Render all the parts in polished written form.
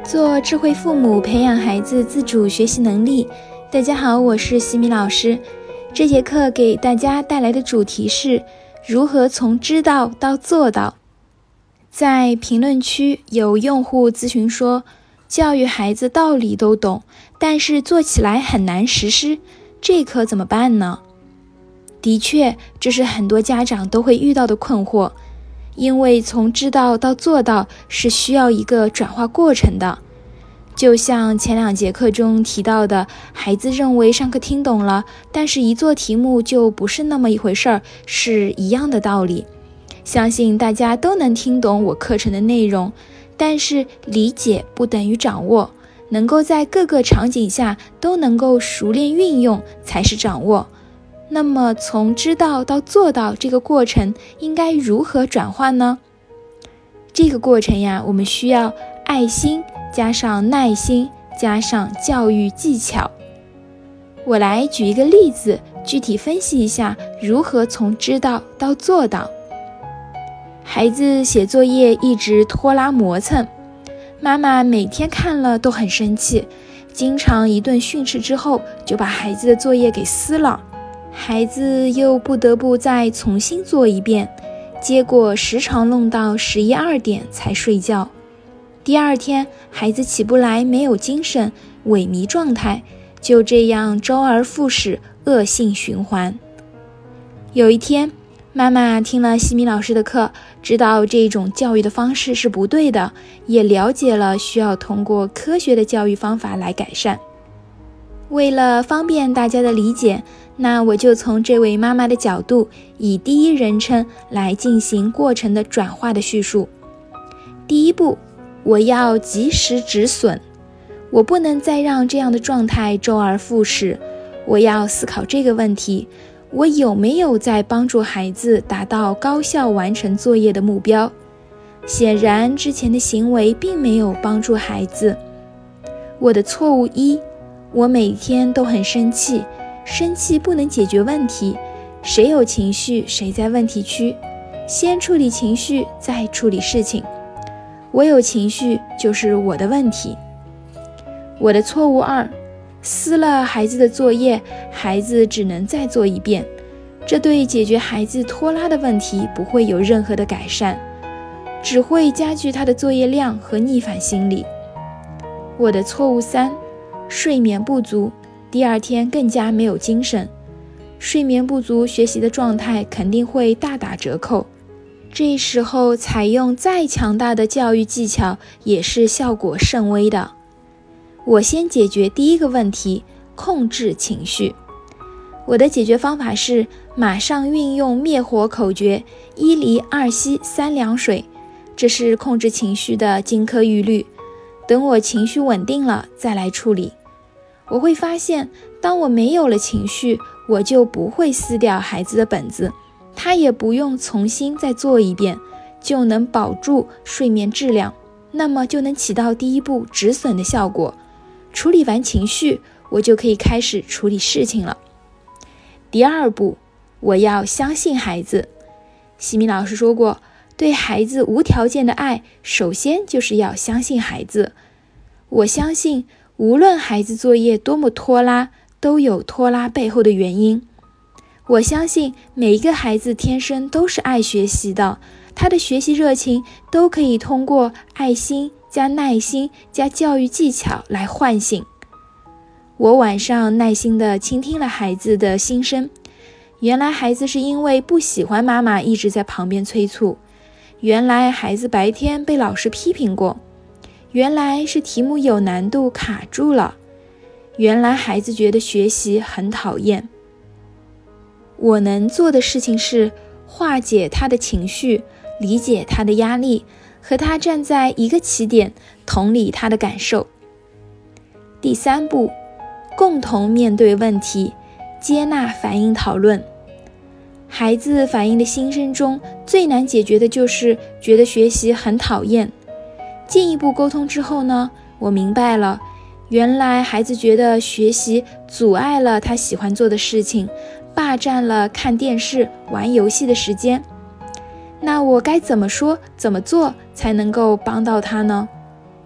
做智慧父母，培养孩子自主学习能力。大家好，我是西米老师。这节课给大家带来的主题是如何从知道到做到。在评论区有用户咨询说，教育孩子道理都懂，但是做起来很难实施，这可怎么办呢？的确，这是很多家长都会遇到的困惑，因为从知道到做到是需要一个转化过程的。就像前2节课中提到的，孩子认为上课听懂了，但是一做题目就不是那么一回事儿，是一样的道理。相信大家都能听懂我课程的内容，但是理解不等于掌握，能够在各个场景下都能够熟练运用才是掌握。那么从知道到做到这个过程应该如何转换呢？这个过程呀，我们需要爱心加上耐心加上教育技巧。我来举一个例子，具体分析一下如何从知道到做到。孩子写作业一直拖拉磨蹭，妈妈每天看了都很生气，经常一顿训斥之后就把孩子的作业给撕了，孩子又不得不再重新做一遍，结果时常弄到11、2点才睡觉。第2天孩子起不来，没有精神，萎靡状态，就这样周而复始，恶性循环。有一天，妈妈听了西米老师的课，知道这种教育的方式是不对的，也了解了需要通过科学的教育方法来改善。为了方便大家的理解，那我就从这位妈妈的角度，以第一人称来进行过程的转化的叙述。第一步，我要及时止损，我不能再让这样的状态周而复始，我要思考这个问题，我有没有在帮助孩子达到高效完成作业的目标？显然之前的行为并没有帮助孩子。我的错误1，我每天都很生气，生气不能解决问题，谁有情绪谁在问题区，先处理情绪再处理事情，我有情绪就是我的问题。我的错误2，撕了孩子的作业，孩子只能再做一遍，这对解决孩子拖拉的问题不会有任何的改善，只会加剧他的作业量和逆反心理。我的错误3，睡眠不足，第2天更加没有精神，睡眠不足，学习的状态肯定会大打折扣，这时候采用再强大的教育技巧也是效果甚微的。我先解决第一个问题，控制情绪。我的解决方法是马上运用灭火口诀：1离2吸3凉水，这是控制情绪的金科玉律。等我情绪稳定了再来处理。我会发现，当我没有了情绪，我就不会撕掉孩子的本子，他也不用重新再做一遍，就能保住睡眠质量，那么就能起到第一步止损的效果。处理完情绪，我就可以开始处理事情了。第2步，我要相信孩子。西米老师说过，对孩子无条件的爱，首先就是要相信孩子。我相信无论孩子作业多么拖拉，都有拖拉背后的原因。我相信每一个孩子天生都是爱学习的，他的学习热情都可以通过爱心加耐心加教育技巧来唤醒。我晚上耐心地倾听了孩子的心声，原来孩子是因为不喜欢妈妈一直在旁边催促，原来孩子白天被老师批评过，原来是题目有难度卡住了，原来孩子觉得学习很讨厌。我能做的事情是化解他的情绪，理解他的压力，和他站在一个起点，同理他的感受。第3步，共同面对问题，接纳反应讨论。孩子反映的心声中，最难解决的就是觉得学习很讨厌。进一步沟通之后呢，我明白了，原来孩子觉得学习阻碍了他喜欢做的事情，霸占了看电视、玩游戏的时间。那我该怎么说、怎么做才能够帮到他呢？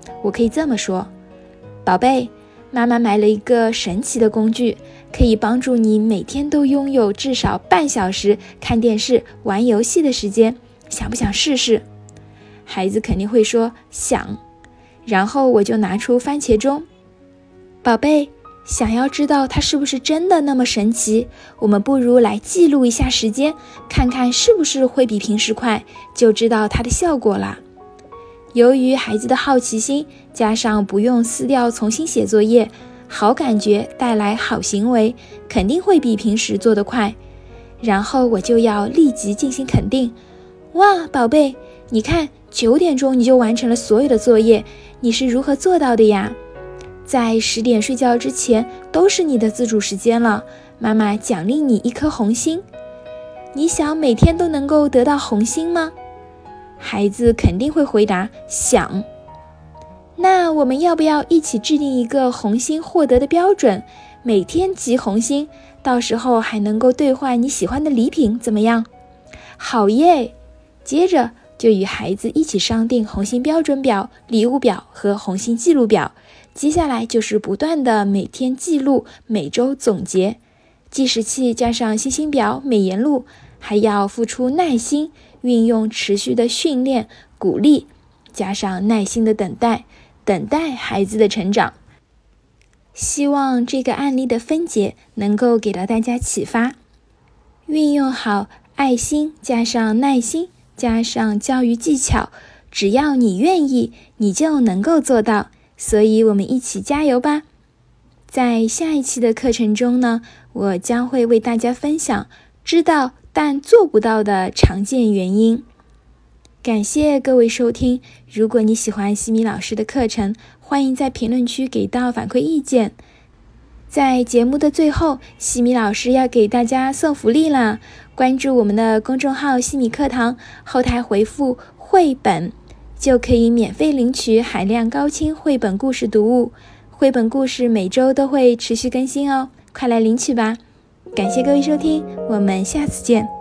我可以这么说：宝贝，妈妈买了一个神奇的工具，可以帮助你每天都拥有至少半小时看电视、玩游戏的时间，想不想试试？孩子肯定会说想，然后我就拿出番茄钟。宝贝，想要知道它是不是真的那么神奇，我们不如来记录一下时间，看看是不是会比平时快，就知道它的效果啦。由于孩子的好奇心，加上不用撕掉重新写作业，好感觉带来好行为，肯定会比平时做得快。然后我就要立即进行肯定。哇，宝贝，你看9点钟你就完成了所有的作业，你是如何做到的呀？在10点睡觉之前都是你的自主时间了，妈妈奖励你1颗红心。你想每天都能够得到红心吗？孩子肯定会回答想。那我们要不要一起制定一个红心获得的标准，每天集红心，到时候还能够兑换你喜欢的礼品，怎么样？好耶！接着就与孩子一起商定红心标准表、礼物表和红心记录表。接下来就是不断的每天记录，每周总结，计时器加上星星表、美颜录，还要付出耐心，运用持续的训练、鼓励，加上耐心的等待孩子的成长。希望这个案例的分解能够给到大家启发，运用好爱心加上耐心加上教育技巧，只要你愿意，你就能够做到。所以我们一起加油吧！在下一期的课程中呢，我将会为大家分享知道但做不到的常见原因。感谢各位收听，如果你喜欢西米老师的课程，欢迎在评论区给到反馈意见。在节目的最后，西米老师要给大家送福利了，关注我们的公众号西米课堂，后台回复绘本就可以免费领取海量高清绘本故事读物，绘本故事每周都会持续更新哦，快来领取吧！感谢各位收听，我们下次见。